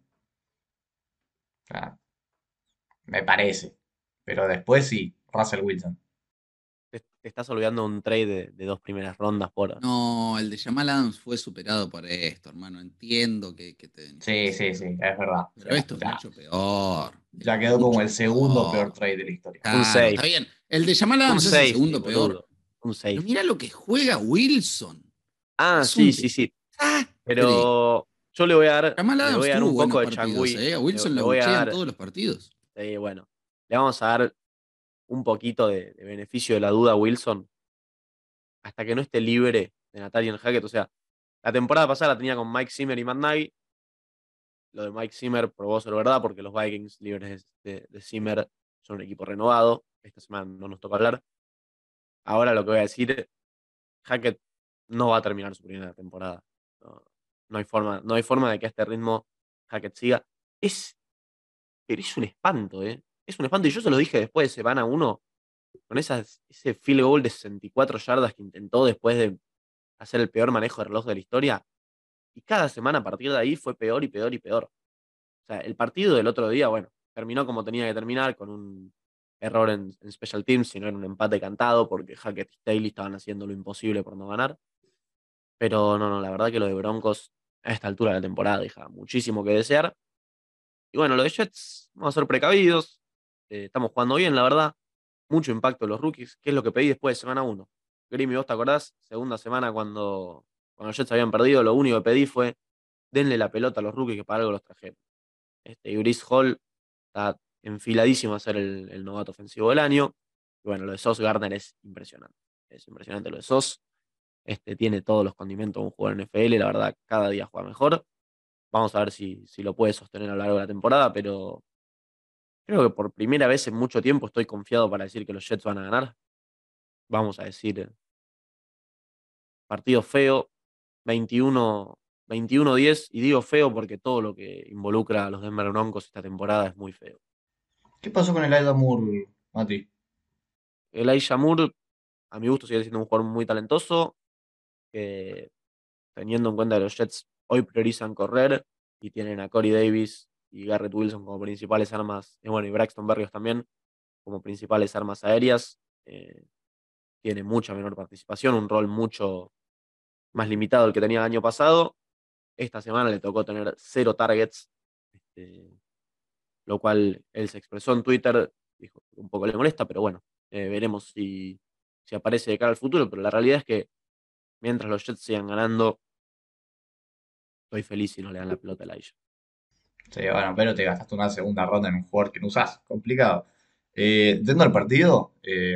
O sea, me parece. Pero después sí, Russell Wilson. Te estás olvidando un trade de 2 primeras rondas por. No, el de Jamal Adams fue superado por esto, hermano. Entiendo que te Sí, beneficie. es verdad. O Pero sea, esto es mucho peor. Es ya quedó como mucho el segundo peor peor. trade de la historia. Un Claro, está safe. bien. El de Jamal Un Adams es el safety, segundo peor. boludo. Un Pero safety. mira lo que juega Wilson. Ah, Es sí, un sí, sí. desastre. Pero yo le voy a dar, Jamal le voy Adams a dar tuvo un poco buenos de partidos, changüí. ¿eh? A Wilson Le la voy a buchean dar, todos los partidos. bueno, le vamos a dar un poquito de beneficio de la duda a Wilson hasta que no esté libre de Nathaniel Hackett. O sea, la temporada pasada la tenía con Mike Zimmer y Matt Nagy. Lo de Mike Zimmer probó ser verdad porque los Vikings libres de Zimmer son un equipo renovado. Esta semana no nos toca hablar. Ahora lo que voy a decir, Hackett no va a terminar su primera temporada. No, no hay forma de que a este ritmo Hackett siga. Es, pero es un espanto, ¿eh? Es un espanto. Y yo se lo dije después de semana uno con ese field goal de 64 yardas que intentó después de hacer el peor manejo de reloj de la historia. Y cada semana a partir de ahí fue peor y peor y peor. O sea, el partido del otro día, bueno, terminó como tenía que terminar, con un error en Special Teams, si no era un empate cantado, porque Hackett y Staley estaban haciendo lo imposible por no ganar. Pero no, la verdad que lo de Broncos a esta altura de la temporada deja muchísimo que desear. Y bueno, lo de Jets, vamos a ser precavidos. Estamos jugando bien, la verdad. Mucho impacto en los rookies, que es lo que pedí después de semana uno. Grimy, ¿vos te acordás? Segunda semana cuando los Jets habían perdido, lo único que pedí fue denle la pelota a los rookies que para algo los trajeron. Y Breece Hall está enfiladísimo a ser el novato ofensivo del año. Y bueno, lo de Sauce Gardner es impresionante. Es impresionante lo de Sauce. Tiene todos los condimentos de un jugador en NFL, la verdad, cada día juega mejor. Vamos a ver si lo puede sostener a lo largo de la temporada, pero creo que por primera vez en mucho tiempo estoy confiado para decir que los Jets van a ganar. Vamos a decir, partido feo, 21-10, y digo feo porque todo lo que involucra a los Denver Broncos esta temporada es muy feo. ¿Qué pasó con el Elijah Moore, Mati? Elijah Moore, a mi gusto, sigue siendo un jugador muy talentoso, que teniendo en cuenta que los Jets hoy priorizan correr y tienen a Corey Davis y Garrett Wilson como principales armas, y bueno, y Braxton Berrios también como principales armas aéreas, tiene mucha menor participación, un rol mucho más limitado al que tenía el año pasado. Esta semana le tocó tener 0 targets, lo cual él se expresó en Twitter, dijo que un poco le molesta, pero bueno, veremos si aparece de cara al futuro, pero la realidad es que mientras los Jets sigan ganando, estoy feliz si no le dan la pelota a Elijah. Sí, bueno, pero te gastaste una segunda ronda en un jugador que no usás. Complicado. Dentro del partido,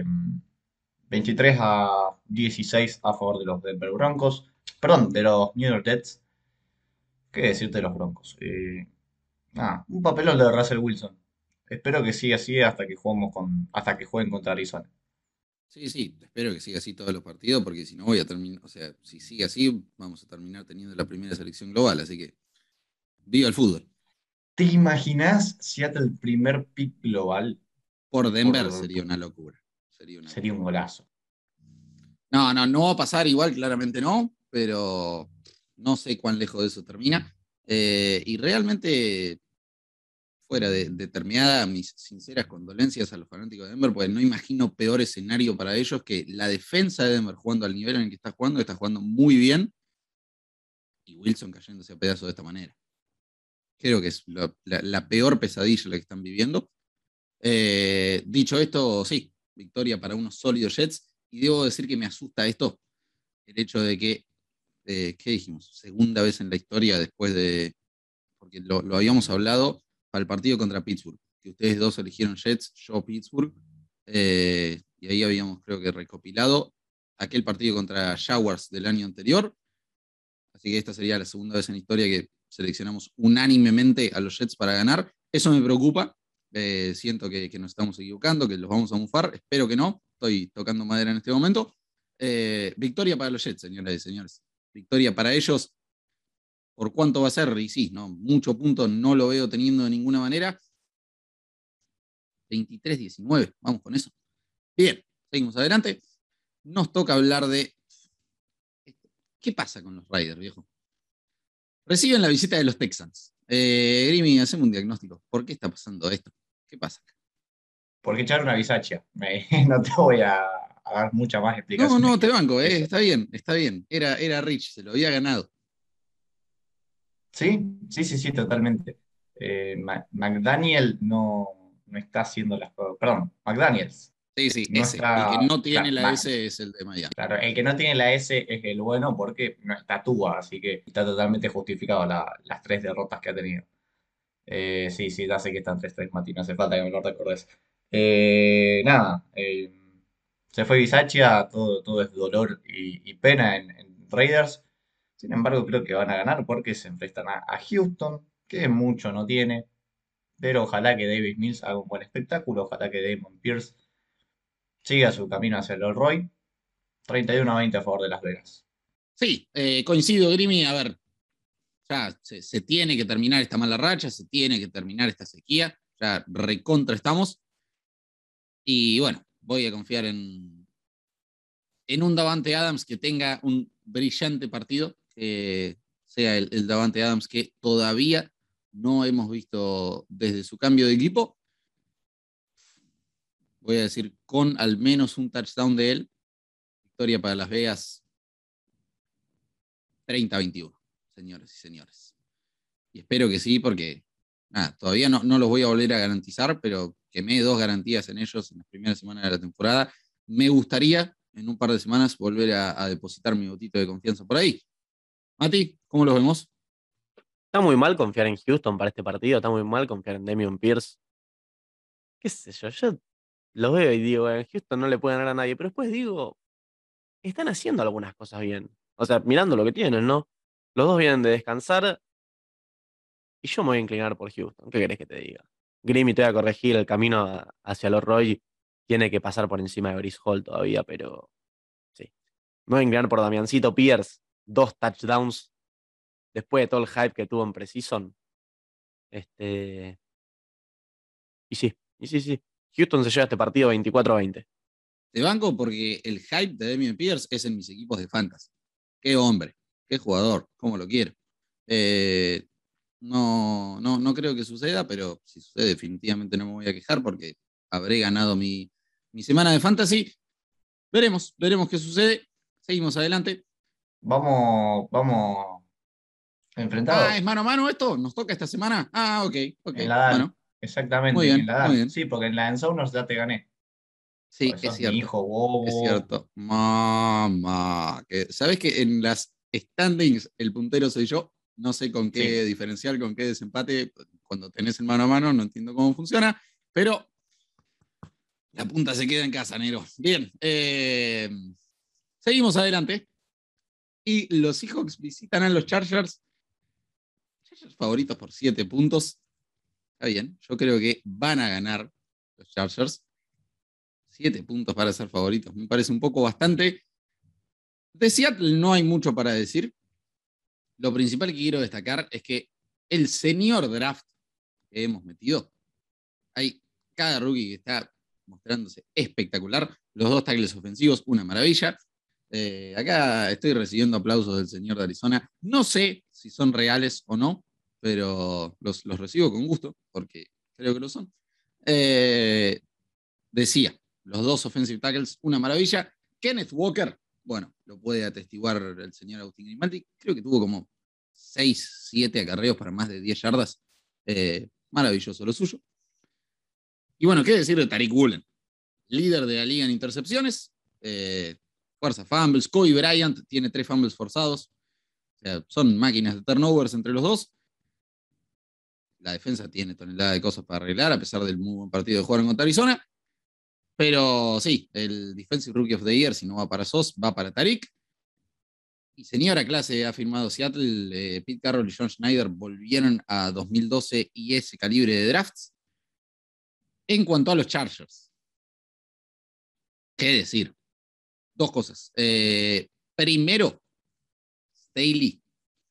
23-16 a favor de los Denver Broncos. Perdón, de los New York Jets. ¿Qué decirte de los Broncos? Un papelón de Russell Wilson. Espero que siga así hasta que jueguen contra Arizona. Sí, sí, espero que siga así todos los partidos, porque si no voy a terminar, o sea, si sigue así, vamos a terminar teniendo la primera selección global, así que viva el fútbol. ¿Te imaginás Seattle primer pick global? Por Denver Por, sería una locura. Sería una sería un locura. golazo. No va a pasar igual, claramente no, pero no sé cuán lejos de eso termina. Y realmente, fuera de terminada, mis sinceras condolencias a los fanáticos de Denver, porque no imagino peor escenario para ellos que la defensa de Denver jugando al nivel en el que está jugando muy bien, y Wilson cayéndose a pedazos de esta manera. Creo que es la peor pesadilla la que están viviendo. Dicho esto, sí, victoria para unos sólidos Jets. Y debo decir que me asusta esto, el hecho de que, ¿qué dijimos? Segunda vez en la historia después de, porque lo habíamos hablado para el partido contra Pittsburgh, que ustedes dos eligieron Jets, yo Pittsburgh, y ahí habíamos creo que recopilado aquel partido contra Jaguars del año anterior. Así que esta sería la segunda vez en la historia que seleccionamos unánimemente a los Jets para ganar. Eso me preocupa. Siento que nos estamos equivocando, que los vamos a mufar. Espero que no. Estoy tocando madera en este momento. Victoria para los Jets, señoras y señores. Victoria para ellos. ¿Por cuánto va a ser? Y sí, no, mucho punto no lo veo teniendo de ninguna manera. 23-19, vamos con eso. Bien, seguimos adelante. Nos toca hablar de... ¿Qué pasa con los Raiders, viejo? Reciben la visita de los Texans. Grimy, hacemos un diagnóstico. ¿Por qué está pasando esto? ¿Qué pasa? Porque echaron una bisacha. No te voy a dar muchas más explicaciones No, te banco, que eso. está bien, está bien. Era Rich, se lo había ganado. Sí, sí, sí, sí, totalmente. McDaniel no está haciendo las cosas. Perdón, McDaniels Sí, sí, no ese. El que está. no tiene Claro, la S es el de Miami. claro, el que no tiene la S es el bueno porque no está Tua, así que está totalmente justificado las tres derrotas que ha tenido. Sí, sí, ya sé que están 3-3, Mati, no hace falta que me lo recordes. Nada, se fue Bisaccia, todo es dolor y pena en Raiders. Sin embargo, creo que van a ganar porque se enfrentan a Houston, que mucho no tiene, pero ojalá que Davis Mills haga un buen espectáculo, ojalá que Damon Pierce siga su camino hacia el All Roy. 31-20 a favor de Las Vegas. Sí, coincido, Grimy. A ver, ya se tiene que terminar esta mala racha, se tiene que terminar esta sequía. Ya recontra estamos. Y bueno, voy a confiar en un Davante Adams que tenga un brillante partido, que sea el Davante Adams que todavía no hemos visto desde su cambio de equipo. Voy a decir con al menos un touchdown de él. Victoria para Las Vegas 30-21, señores y señores. Y espero que sí, porque nada, todavía no los voy a volver a garantizar, pero quemé 2 garantías en ellos en las primeras semanas de la temporada. Me gustaría en un par de semanas volver a depositar mi botito de confianza por ahí. Mati, ¿cómo los vemos? Está muy mal confiar en Houston para este partido, está muy mal confiar en Dameon Pierce. qué sé yo los veo y digo, en Houston no le puede ganar a nadie, pero después digo, están haciendo algunas cosas bien. O sea, mirando lo que tienen, ¿no? Los dos vienen de descansar y yo me voy a inclinar por Houston. ¿Qué querés que te diga? Grimmy te va a corregir el camino hacia los Roy. Tiene que pasar por encima de Brice Hall todavía, pero sí. Me voy a inclinar por Damiancito Pierce. 2 touchdowns después de todo el hype que tuvo en Precision. Este, y sí. Houston se lleva este partido 24-20. Te banco porque el hype de Damian Pierce es en mis equipos de fantasy. Qué hombre, qué jugador, cómo lo quiero. Eh, no creo que suceda, pero si sucede, definitivamente no me voy a quejar porque habré ganado mi semana de fantasy. Veremos qué sucede. Seguimos adelante. Vamos Ah, ¿es enfrentados mano a mano esto? ¿Nos toca esta semana? Ah, ok. en la DAN. Bueno, muy Exactamente, en bien, la muy DAN. bien. Sí, porque en la Enzoners ya te gané. Porque Sí, sos mi hijo es bobo. cierto. Mamá. ¿Sabes que en las standings el puntero soy yo? No sé con qué Sí, diferencial, con qué desempate. Cuando tenés el mano a mano, no entiendo cómo funciona, pero la punta se queda en casa, Nero. Bien, seguimos adelante. Y los Seahawks visitan a los Chargers. Chargers favoritos por 7 puntos. Está bien, yo creo que van a ganar los Chargers. 7 puntos para ser favoritos, me parece un poco bastante. De Seattle no hay mucho para decir. Lo principal que quiero destacar es que el señor draft que hemos metido, hay cada rookie que está mostrándose espectacular. Los dos tackles ofensivos, una maravilla. Acá estoy recibiendo aplausos del señor de Arizona. No sé si son reales o no, pero los recibo con gusto, porque creo que lo son. Eh, Decía, los dos offensive tackles, una maravilla. Kenneth Walker, bueno, lo puede atestiguar el señor Agustín Grimaldi, creo que tuvo como 6 7 acarreos para más de 10 yardas. Maravilloso lo suyo. Y bueno, ¿qué decir de Tariq Woolen? Líder de la liga en intercepciones, fuerza fumbles. Kobe Bryant tiene 3 fumbles forzados. O sea, son máquinas de turnovers entre los dos. La defensa tiene tonelada de cosas para arreglar, a pesar del muy buen partido de jugar contra Arizona. Pero sí, el Defensive Rookie of the Year, si no va para SOS, va para Tariq. Y señora clase ha firmado Seattle. Pete Carroll y John Schneider volvieron a 2012 y ese calibre de drafts. En cuanto a los Chargers, ¿qué decir? Dos cosas. Primero, Staley.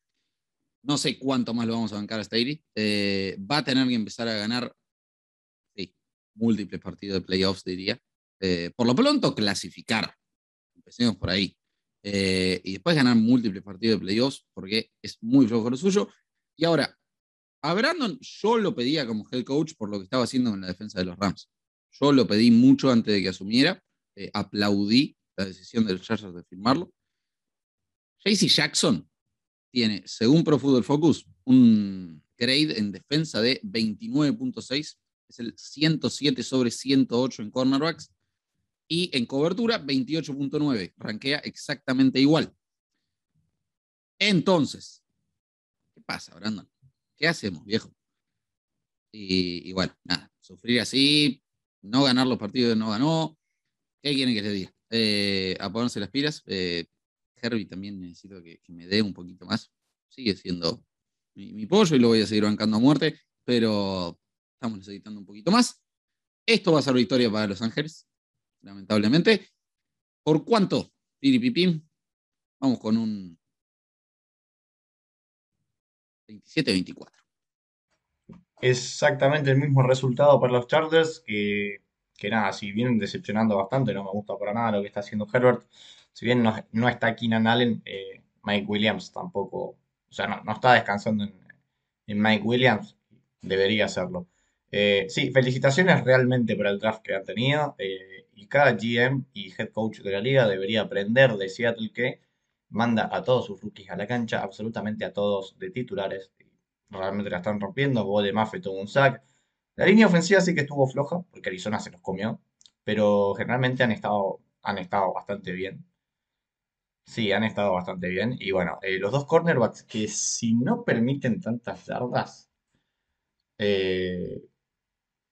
No sé cuánto más lo vamos a bancar a Staley. Va a tener que empezar a ganar, sí, múltiples partidos de playoffs, diría. Por lo pronto, clasificar. Empecemos por ahí. Y después ganar múltiples partidos de playoffs, porque es muy flojo lo suyo. Y ahora, a Brandon yo lo pedía como head coach por lo que estaba haciendo en la defensa de los Rams. Yo lo pedí mucho antes de que asumiera. Aplaudí la decisión de los Chargers de firmarlo. JC Jackson tiene, según Pro Football Focus, un grade en defensa de 29.6. Es el 107 sobre 108 en cornerbacks. Y en cobertura, 28.9. Rankea exactamente igual. Entonces, ¿qué pasa, Brandon? ¿Qué hacemos, viejo? Y bueno, nada, sufrir así, no ganar los partidos que no ganó. ¿Qué quieren que les diga? A ponerse las pilas. Herbie también necesito que me dé un poquito más. Sigue siendo mi pollo y lo voy a seguir bancando a muerte, pero estamos necesitando un poquito más. Esto va a ser victoria para Los Ángeles, lamentablemente. ¿Por cuánto? Piripipim. Vamos con un 27-24. exactamente el mismo resultado para los Chargers que nada, si vienen decepcionando bastante, no me gusta para nada lo que está haciendo Herbert. Si bien no está Keenan Allen, Mike Williams tampoco, o sea, no está descansando en Mike Williams, debería hacerlo. Sí, felicitaciones realmente por el draft que han tenido y cada GM y head coach de la liga debería aprender de Seattle que manda a todos sus rookies a la cancha, absolutamente a todos de titulares. Realmente la están rompiendo. Gol de Mafe tuvo un sack. La línea ofensiva sí que estuvo floja, porque Arizona se los comió, pero generalmente han estado bastante bien. Sí, han estado bastante bien. Y bueno, los dos cornerbacks que si no permiten tantas yardas, eh,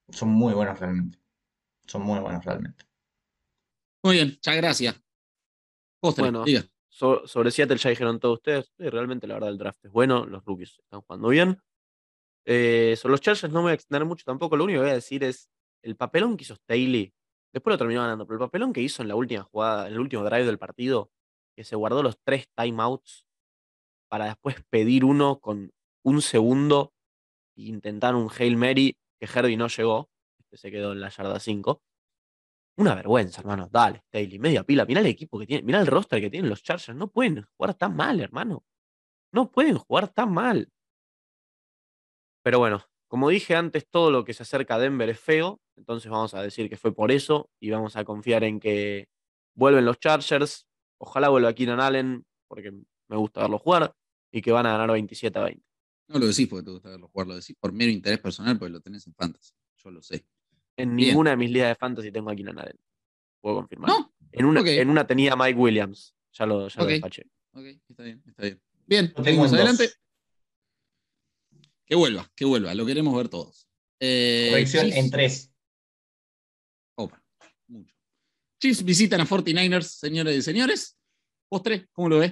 Son muy buenos realmente. Son muy buenos realmente. Muy bien, muchas gracias. Postre, Bueno, diga. sobre Seattle ya dijeron todos ustedes. Sí, realmente la verdad el draft es bueno, los rookies están jugando bien. Sobre los Chargers no me voy a extender mucho tampoco. Lo único que voy a decir es el papelón que hizo Staley. Después lo terminó ganando, pero el papelón que hizo en la última jugada, en el último drive del partido, que se guardó los 3 timeouts para después pedir uno con un segundo e intentar un Hail Mary que Herbie no llegó, que se quedó en la yarda 5. Una vergüenza, hermano. Dale, Staley, media pila. Mirá el equipo que tiene, mirá el roster que tienen los Chargers. No pueden jugar tan mal, hermano. No pueden jugar tan mal. Pero bueno, como dije antes, todo lo que se acerca a Denver es feo, entonces vamos a decir que fue por eso y vamos a confiar en que vuelven los Chargers, ojalá vuelva Keenan Allen, porque me gusta verlo jugar, y que van a ganar 27-20. No lo decís porque te gusta verlo jugar, lo decís por mero interés personal porque lo tenés en fantasy. Yo lo sé. En Bien. ninguna de mis ligas de fantasy tengo a Keenan Allen, puedo confirmarlo. ¿No? En una, Ok, en una tenía a Mike Williams, ya lo ok, despaché. ok, está bien, está bien. Bien, Lo tengo seguimos en adelante. dos. Que vuelva, lo queremos ver todos. Corrección en Chiefs, tres. opa, mucho. Chiefs visitan a 49ers, señores y señores. Postre, ¿cómo lo ves?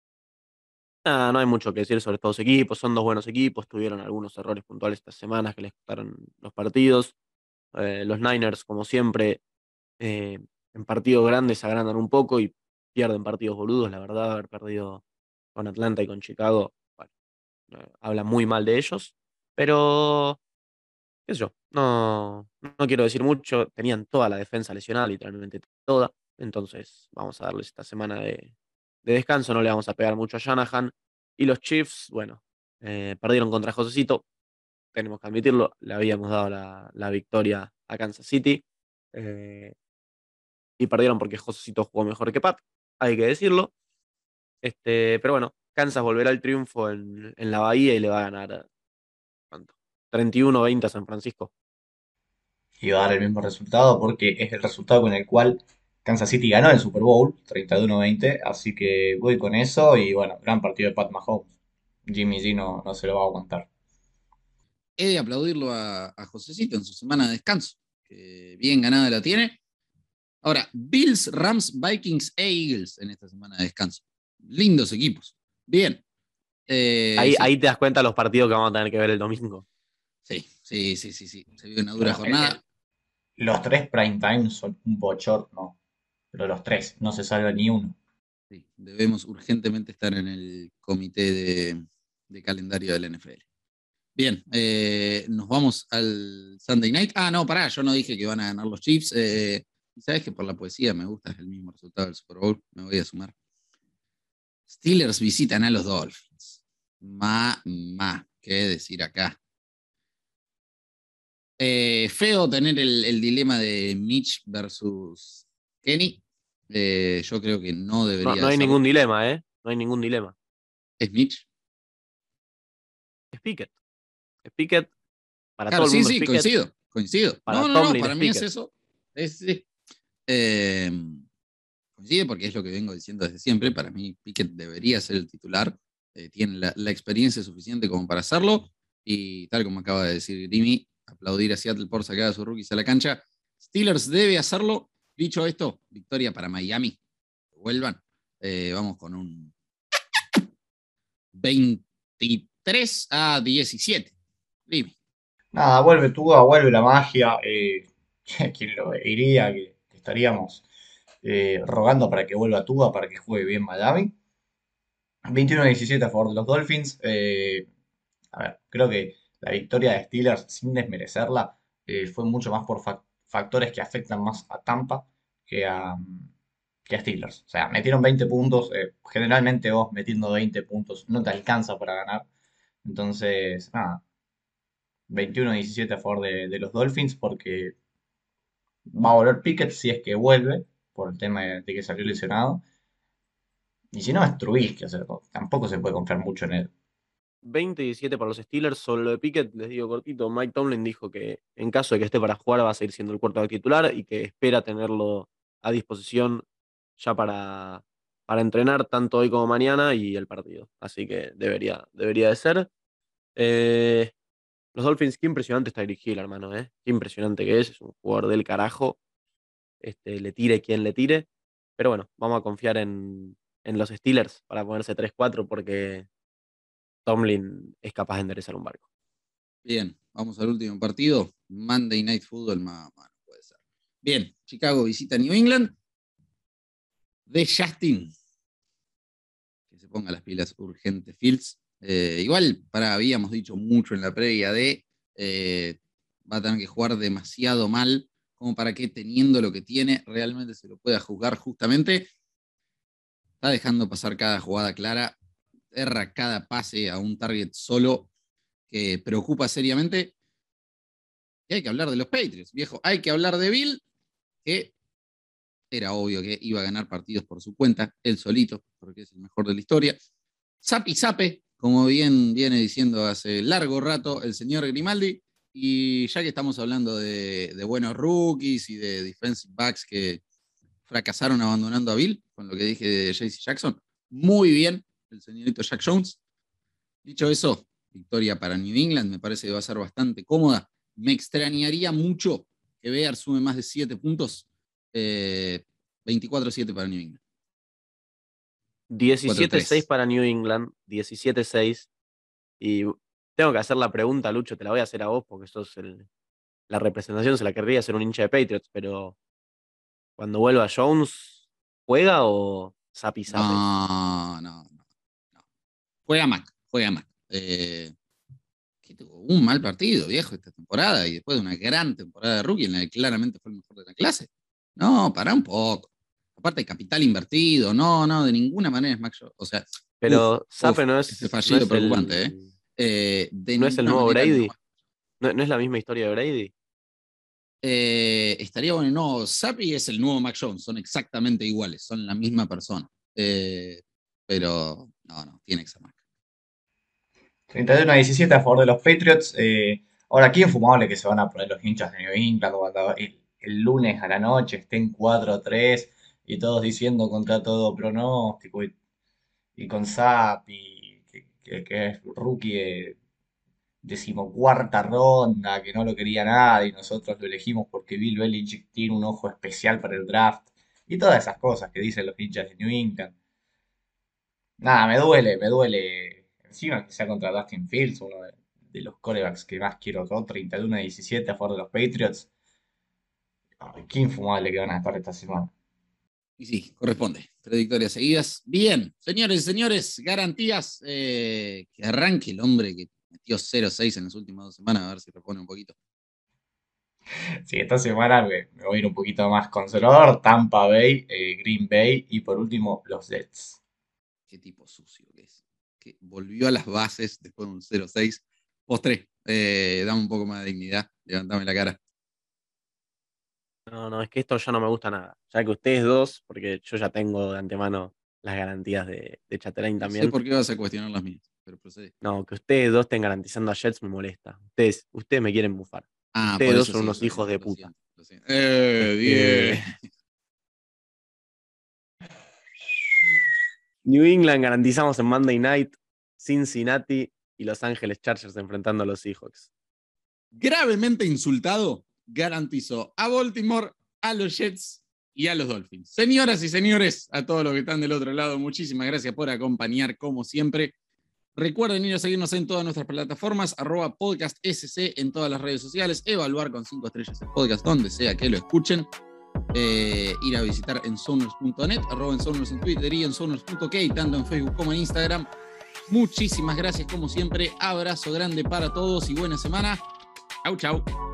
No hay mucho que decir sobre estos dos equipos, son dos buenos equipos, tuvieron algunos errores puntuales estas semanas que les costaron los partidos. Los Niners, como siempre, eh, en partidos grandes se agrandan un poco y pierden partidos boludos, la verdad, haber perdido con Atlanta y con Chicago, bueno, habla muy mal de ellos, pero qué sé yo, no quiero decir mucho, tenían toda la defensa lesionada, literalmente toda, entonces vamos a darles esta semana de descanso, no le vamos a pegar mucho a Shanahan, y los Chiefs, bueno, perdieron contra Josecito, tenemos que admitirlo, le habíamos dado la victoria a Kansas City. eh, y perdieron porque Josecito jugó mejor que Pat, hay que decirlo. Pero bueno, Kansas volverá al triunfo en la Bahía y le va a ganar, ¿cuánto? 31-20 a San Francisco. Y va a dar el mismo resultado porque es el resultado con el cual Kansas City ganó el Super Bowl 31-20. Así que voy con eso y bueno, gran partido de Pat Mahomes. Jimmy G no se lo va a aguantar. He de aplaudirlo a Josecito en su semana de descanso, que bien ganada la tiene. Ahora, Bills, Rams, Vikings e Eagles en esta semana de descanso. Lindos equipos. Bien. Ahí, Sí, ahí te das cuenta los partidos que vamos a tener que ver el domingo. sí. Se vive una dura Bueno, jornada. los tres prime time son un bochorno, pero los tres, no se salva ni uno. Sí, debemos urgentemente estar en el comité de calendario del NFL. Bien, nos vamos al Sunday Night. Ah, no, pará, yo no dije que van a ganar los Chiefs. Sabes que por la poesía me gusta, es el mismo resultado del Super Bowl. Me voy a sumar. Steelers visitan a los Dolphins. ¿Qué decir acá? Feo tener el dilema de Mitch versus Kenny. Yo creo que no No, debería no de hay serlo. ningún dilema, ¿eh? No hay ningún dilema. Es Mitch. Es Pickett. Es Pickett. Para Claro, todo el sí, mundo es sí, Pickett. coincido. Para No, Tomlin para es mí es Pickett. eso. Sí. Eh, Coincide porque es lo que vengo diciendo desde siempre. Para mí, Pickett debería ser el titular. Tiene la experiencia suficiente como para hacerlo. Y tal como acaba de decir Grimy, aplaudir a Seattle por sacar a sus rookies a la cancha. Steelers debe hacerlo. Dicho esto, victoria para Miami. Vuelvan. Vamos con un 23-17. Grimy. Nada, vuelve Tua, vuelve la magia. ¿Quién lo diría que estaríamos rogando para que vuelva Tua, para que juegue bien Miami? 21-17 a favor de los Dolphins. A ver, creo que la victoria de Steelers, sin desmerecerla, fue mucho más por factores que afectan más a Tampa que que a Steelers. O sea, metieron 20 puntos. Generalmente vos metiendo 20 puntos no te alcanza para ganar. Entonces, nada, 21-17 a favor de los Dolphins porque va a volver Pickett si es que vuelve, por el tema de que salió lesionado. Y si no, es Trubisky, o sea, tampoco se puede confiar mucho en él. 20-17 para los Steelers. Sobre lo de Pickett, les digo cortito, Mike Tomlin dijo que en caso de que esté para jugar va a seguir siendo el quarterback titular y que espera tenerlo a disposición ya para entrenar tanto hoy como mañana y el partido. Así que debería de ser. Eh, Los Dolphins, qué impresionante está Tyreek Hill, hermano, ¿eh? Qué impresionante que es un jugador del carajo. Le tire quien le tire. Pero bueno, vamos a confiar en los Steelers para ponerse 3-4 porque Tomlin es capaz de enderezar un barco. Bien, vamos al último partido. Monday Night Football, no puede ser. Bien, Chicago visita New England. De Justin. Que se ponga las pilas urgente Fields. Igual, habíamos dicho mucho en la previa va a tener que jugar demasiado mal como para que teniendo lo que tiene realmente se lo pueda juzgar justamente. Está dejando pasar cada jugada clara, erra cada pase a un target solo que preocupa seriamente. Y hay que hablar de los Patriots, viejo. Hay que hablar de Bill, que era obvio que iba a ganar partidos por su cuenta, él solito, porque es el mejor de la historia. Sape, como bien viene diciendo hace largo rato el señor Grimaldi. Y ya que estamos hablando de buenos rookies y de defensive backs que fracasaron abandonando a Bill, con lo que dije de JC Jackson, muy bien el señorito Jack Jones. Dicho eso, victoria para New England, me parece que va a ser bastante cómoda. Me extrañaría mucho que Bears sume más de 7 puntos. 24-7 para New England. 17-6 para New England, 17-6. Y tengo que hacer la pregunta, Lucho, te la voy a hacer a vos porque sos la representación, se la querría hacer un hincha de Patriots, pero cuando vuelva Jones, ¿juega o Sapi? No. Juega Mac. Que tuvo un mal partido, viejo, esta temporada, y después de una gran temporada de rookie en la que claramente fue el mejor de la clase. No, pará un poco. Aparte, capital invertido, no, de ninguna manera es Mac Jones. O sea, pero Sape no es. Ese fallido preocupante, ¿No es el nuevo Brady? ¿No es la misma historia de Brady? Estaría bueno, no, Sapi es el nuevo Mac Jones, son exactamente iguales, son la misma persona. Pero no, tiene que ser Mac. 31-17 a favor de los Patriots. Ahora, qué infumable que se van a poner los hinchas de New England cuando el lunes a la noche estén 4-3 y todos diciendo contra todo pronóstico y con Sapi, que es rookie de 14ª ronda, que no lo quería nadie y nosotros lo elegimos porque Bill Belichick tiene un ojo especial para el draft y todas esas cosas que dicen los hinchas de New England. Nada, me duele. Encima que sea contra Dustin Fields, uno de los quarterbacks que más quiero todo, 31-17 a favor de los Patriots. Ay, qué infumable que van a estar esta semana. Y sí, corresponde. 3 victorias seguidas. Bien, señores y señores, garantías. Que arranque el hombre que metió 0-6 en las últimas 2 semanas, a ver si repone un poquito. Sí, esta semana me voy a ir un poquito más conservador. Tampa Bay, Green Bay y por último los Jets. Qué tipo sucio que es. Que volvió a las bases después de un 0-6. Postre, dame un poco más de dignidad. Levantame la cara. No, es que esto ya no me gusta nada. Ya que ustedes dos, porque yo ya tengo de antemano las garantías de Chatelain No también. sé por qué vas a cuestionar las mías, pero procede. No, que ustedes dos estén garantizando a Jets me molesta. Ustedes me quieren bufar. Por Ustedes dos eso son sí, unos hijos de puta. lo siento. Bien. New England garantizamos en Monday Night, Cincinnati y Los Ángeles Chargers enfrentando a los Seahawks. Gravemente insultado, garantizó a Baltimore, a los Jets y a los Dolphins. Señoras y señores, a todos los que están del otro lado, muchísimas gracias por acompañar como siempre. Recuerden ir a seguirnos en todas nuestras plataformas, @podcastsc en todas las redes sociales, evaluar con 5 estrellas el podcast donde sea que lo escuchen. Ir a visitar ensoners.net, @ensoners en Twitter y ensoners.k, tanto en Facebook como en Instagram. Muchísimas gracias como siempre, abrazo grande para todos y buena semana. Chau.